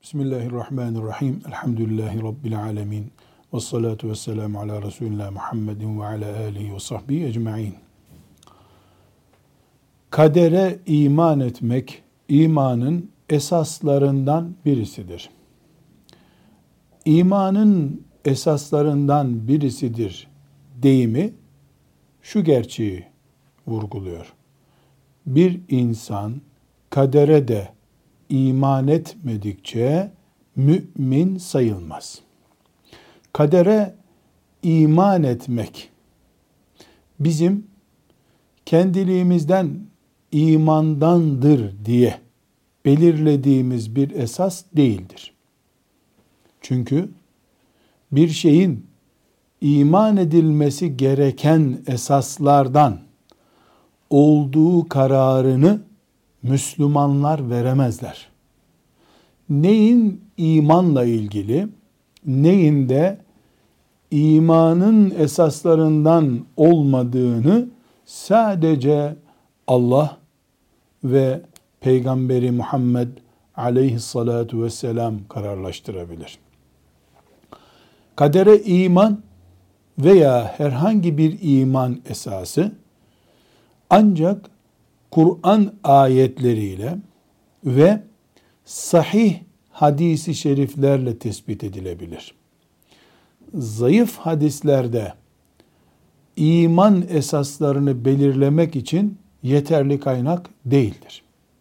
Bismillahirrahmanirrahim. Elhamdülillahi Rabbil alemin. Vessalatu vesselamu ala Resulillah Muhammedin ve ala alihi ve sahbihi ecma'in. Kadere iman etmek, imanın esaslarından birisidir. İmanın esaslarından birisidir deyimi şu gerçeği vurguluyor. Bir insan kadere de iman etmedikçe mümin sayılmaz. Kadere iman etmek bizim kendiliğimizden imandandır diye belirlediğimiz bir esas değildir. Çünkü bir şeyin iman edilmesi gereken esaslardan olduğu kararını Müslümanlar veremezler. Neyin imanla ilgili, neyin de imanın esaslarından olmadığını sadece Allah ve Peygamberi Muhammed aleyhissalatu vesselam kararlaştırabilir. Kadere iman veya herhangi bir iman esası ancak Kur'an ayetleriyle ve sahih hadisi şeriflerle tespit edilebilir. Zayıf hadislerde iman esaslarını belirlemek için yeterli kaynak değildir.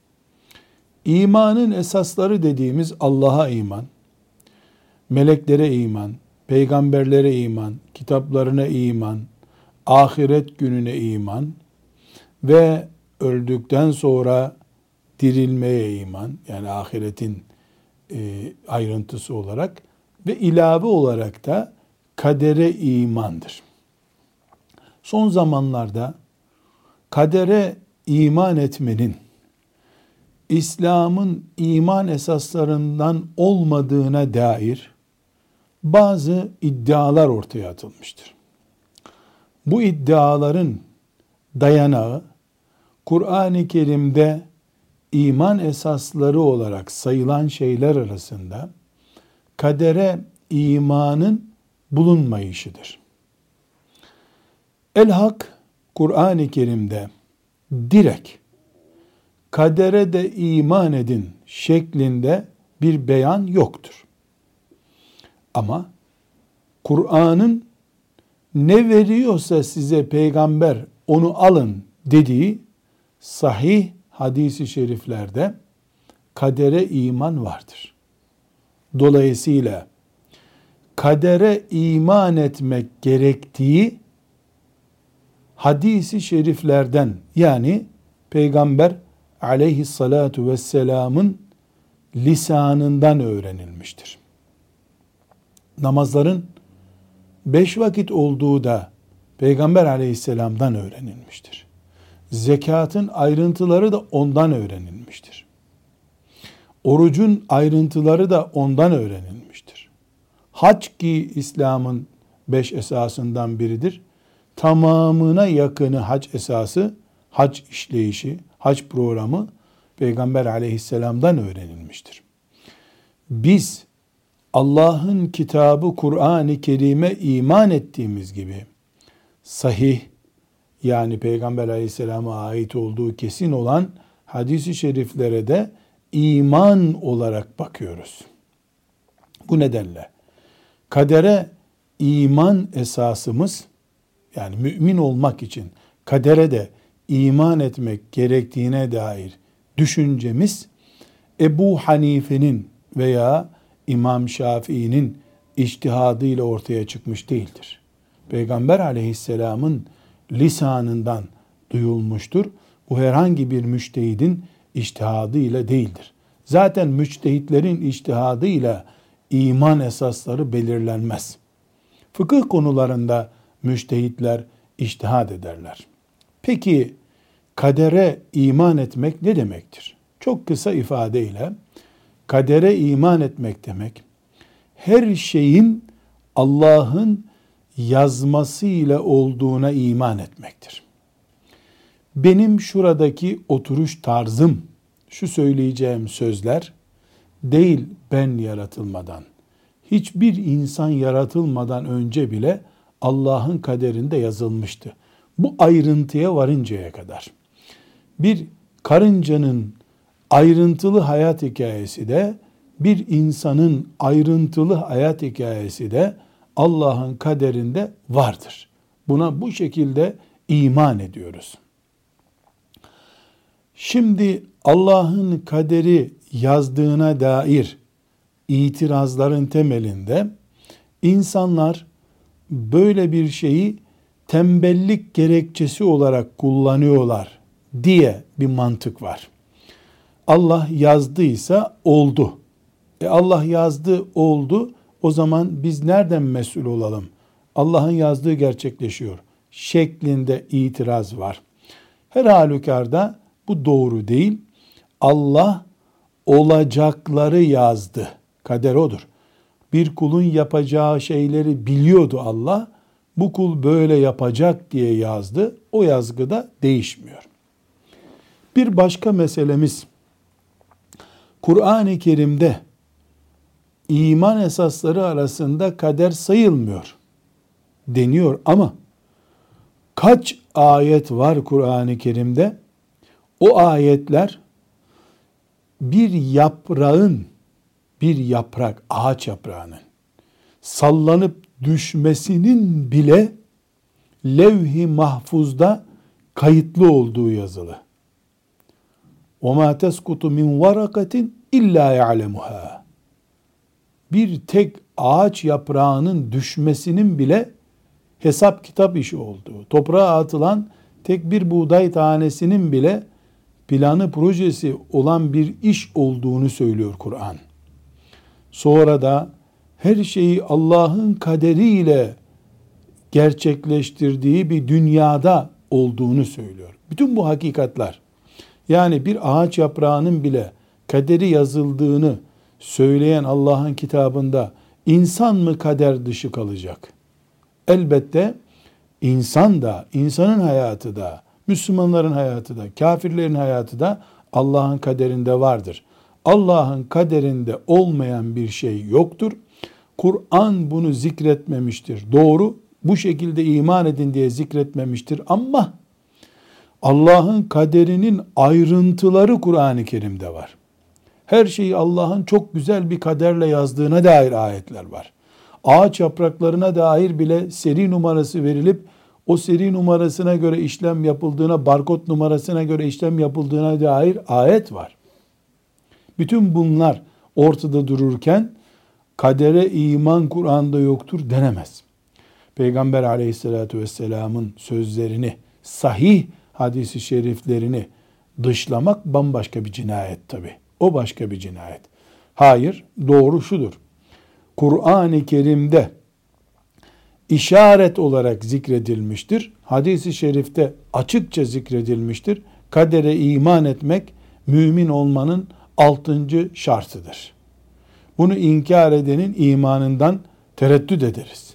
İmanın esasları dediğimiz Allah'a iman, meleklere iman, peygamberlere iman, kitaplarına iman, ahiret gününe iman ve öldükten sonra dirilmeye iman, yani ahiretin ayrıntısı olarak ve ilave olarak da kadere imandır. Son zamanlarda kadere iman etmenin İslam'ın iman esaslarından olmadığına dair bazı iddialar ortaya atılmıştır. Bu iddiaların dayanağı Kur'an-ı Kerim'de iman esasları olarak sayılan şeyler arasında kadere imanın bulunmayışıdır. El-Hak Kur'an-ı Kerim'de direkt kadere de iman edin şeklinde bir beyan yoktur. Ama Kur'an'ın ne veriyorsa size peygamber onu alın dediği sahih hadis-i şeriflerde kadere iman vardır. Dolayısıyla kadere iman etmek gerektiği hadis-i şeriflerden, yani Peygamber aleyhissalatu vesselamın lisanından öğrenilmiştir. Namazların 5 vakit olduğu da Peygamber aleyhisselamdan öğrenilmiştir. Zekatın ayrıntıları da ondan öğrenilmiştir. Orucun ayrıntıları da ondan öğrenilmiştir. Hac ki İslam'ın 5 esasından biridir. Tamamına yakını hac esası, hac işleyişi, hac programı Peygamber aleyhisselamdan öğrenilmiştir. Biz Allah'ın kitabı Kur'an-ı Kerim'e iman ettiğimiz gibi sahih, yani Peygamber aleyhisselama ait olduğu kesin olan hadis-i şeriflere de iman olarak bakıyoruz. Bu nedenle kadere iman esasımız, yani mümin olmak için kadere de iman etmek gerektiğine dair düşüncemiz Ebu Hanife'nin veya İmam Şafii'nin içtihadıyla ortaya çıkmış değildir. Peygamber aleyhisselamın lisanından duyulmuştur. Bu herhangi bir müçtehidin içtihadıyla değildir. Zaten müçtehitlerin içtihadıyla iman esasları belirlenmez. Fıkıh konularında müçtehitler içtihad ederler. Peki kadere iman etmek ne demektir? Çok kısa ifadeyle kadere iman etmek demek, her şeyin Allah'ın yazmasıyla olduğuna iman etmektir. Benim şuradaki oturuş tarzım, şu söyleyeceğim sözler değil ben yaratılmadan. Hiçbir insan yaratılmadan önce bile Allah'ın kaderinde yazılmıştı. Bu ayrıntıya varıncaya kadar. Bir karıncanın ayrıntılı hayat hikayesi de, bir insanın ayrıntılı hayat hikayesi de Allah'ın kaderinde vardır. Buna bu şekilde iman ediyoruz. Şimdi Allah'ın kaderi yazdığına dair itirazların temelinde insanlar böyle bir şeyi tembellik gerekçesi olarak kullanıyorlar diye bir mantık var. Allah yazdıysa oldu. Allah yazdı, oldu. O zaman biz nereden mesul olalım? Allah'ın yazdığı gerçekleşiyor şeklinde itiraz var. Her halükarda bu doğru değil. Allah olacakları yazdı. Kader odur. Bir kulun yapacağı şeyleri biliyordu Allah. Bu kul böyle yapacak diye yazdı. O yazgı da değişmiyor. Bir başka meselemiz, Kur'an-ı Kerim'de iman esasları arasında kader sayılmıyor deniyor ama kaç ayet var Kur'an-ı Kerim'de? O ayetler bir yaprak, ağaç yaprağının sallanıp düşmesinin bile levh-i mahfuzda kayıtlı olduğu yazılı. وَمَا تَسْقُطُ مِنْ وَرَقَةٍ اِلَّا يَعْلَمُهَا. Bir tek ağaç yaprağının düşmesinin bile hesap kitap işi olduğu, toprağa atılan tek bir buğday tanesinin bile planı projesi olan bir iş olduğunu söylüyor Kur'an. Sonra da her şeyi Allah'ın kaderiyle gerçekleştirdiği bir dünyada olduğunu söylüyor. Bütün bu hakikatler, yani bir ağaç yaprağının bile kaderi yazıldığını söyleyen Allah'ın kitabında insan mı kader dışı kalacak? Elbette insan da, insanın hayatı da, Müslümanların hayatı da, kafirlerin hayatı da Allah'ın kaderinde vardır. Allah'ın kaderinde olmayan bir şey yoktur. Kur'an bunu zikretmemiştir. Doğru, bu şekilde iman edin diye zikretmemiştir ama Allah'ın kaderinin ayrıntıları Kur'an-ı Kerim'de var. Her şeyi Allah'ın çok güzel bir kaderle yazdığına dair ayetler var. Ağaç yapraklarına dair bile seri numarası verilip o seri numarasına göre işlem yapıldığına, barkod numarasına göre işlem yapıldığına dair ayet var. Bütün bunlar ortada dururken kadere iman Kur'an'da yoktur denemez. Peygamber aleyhissalatü vesselamın sözlerini, sahih hadisi şeriflerini dışlamak bambaşka bir cinayet tabi. O başka bir cinayet. Hayır, doğru şudur. Kur'an-ı Kerim'de işaret olarak zikredilmiştir. Hadis-i şerifte açıkça zikredilmiştir. Kadere iman etmek mümin olmanın 6. şartıdır. Bunu inkar edenin imanından tereddüt ederiz.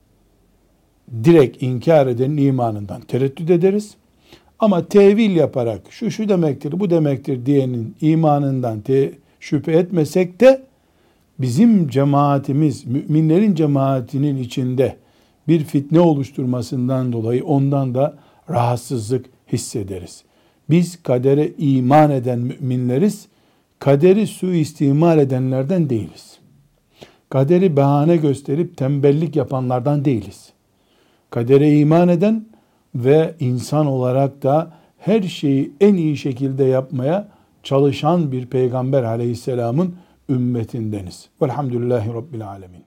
Direkt inkar edenin imanından tereddüt ederiz. Ama tevil yaparak şu demektir, bu demektir diyenin imanından şüphe etmesek de bizim cemaatimiz, müminlerin cemaatinin içinde bir fitne oluşturmasından dolayı ondan da rahatsızlık hissederiz. Biz kadere iman eden müminleriz, kaderi suistimal edenlerden değiliz. Kaderi bahane gösterip tembellik yapanlardan değiliz. Kadere iman eden ve insan olarak da her şeyi en iyi şekilde yapmaya çalışan bir peygamber aleyhisselamın ümmetindeniz. Velhamdülillahi Rabbil alemin.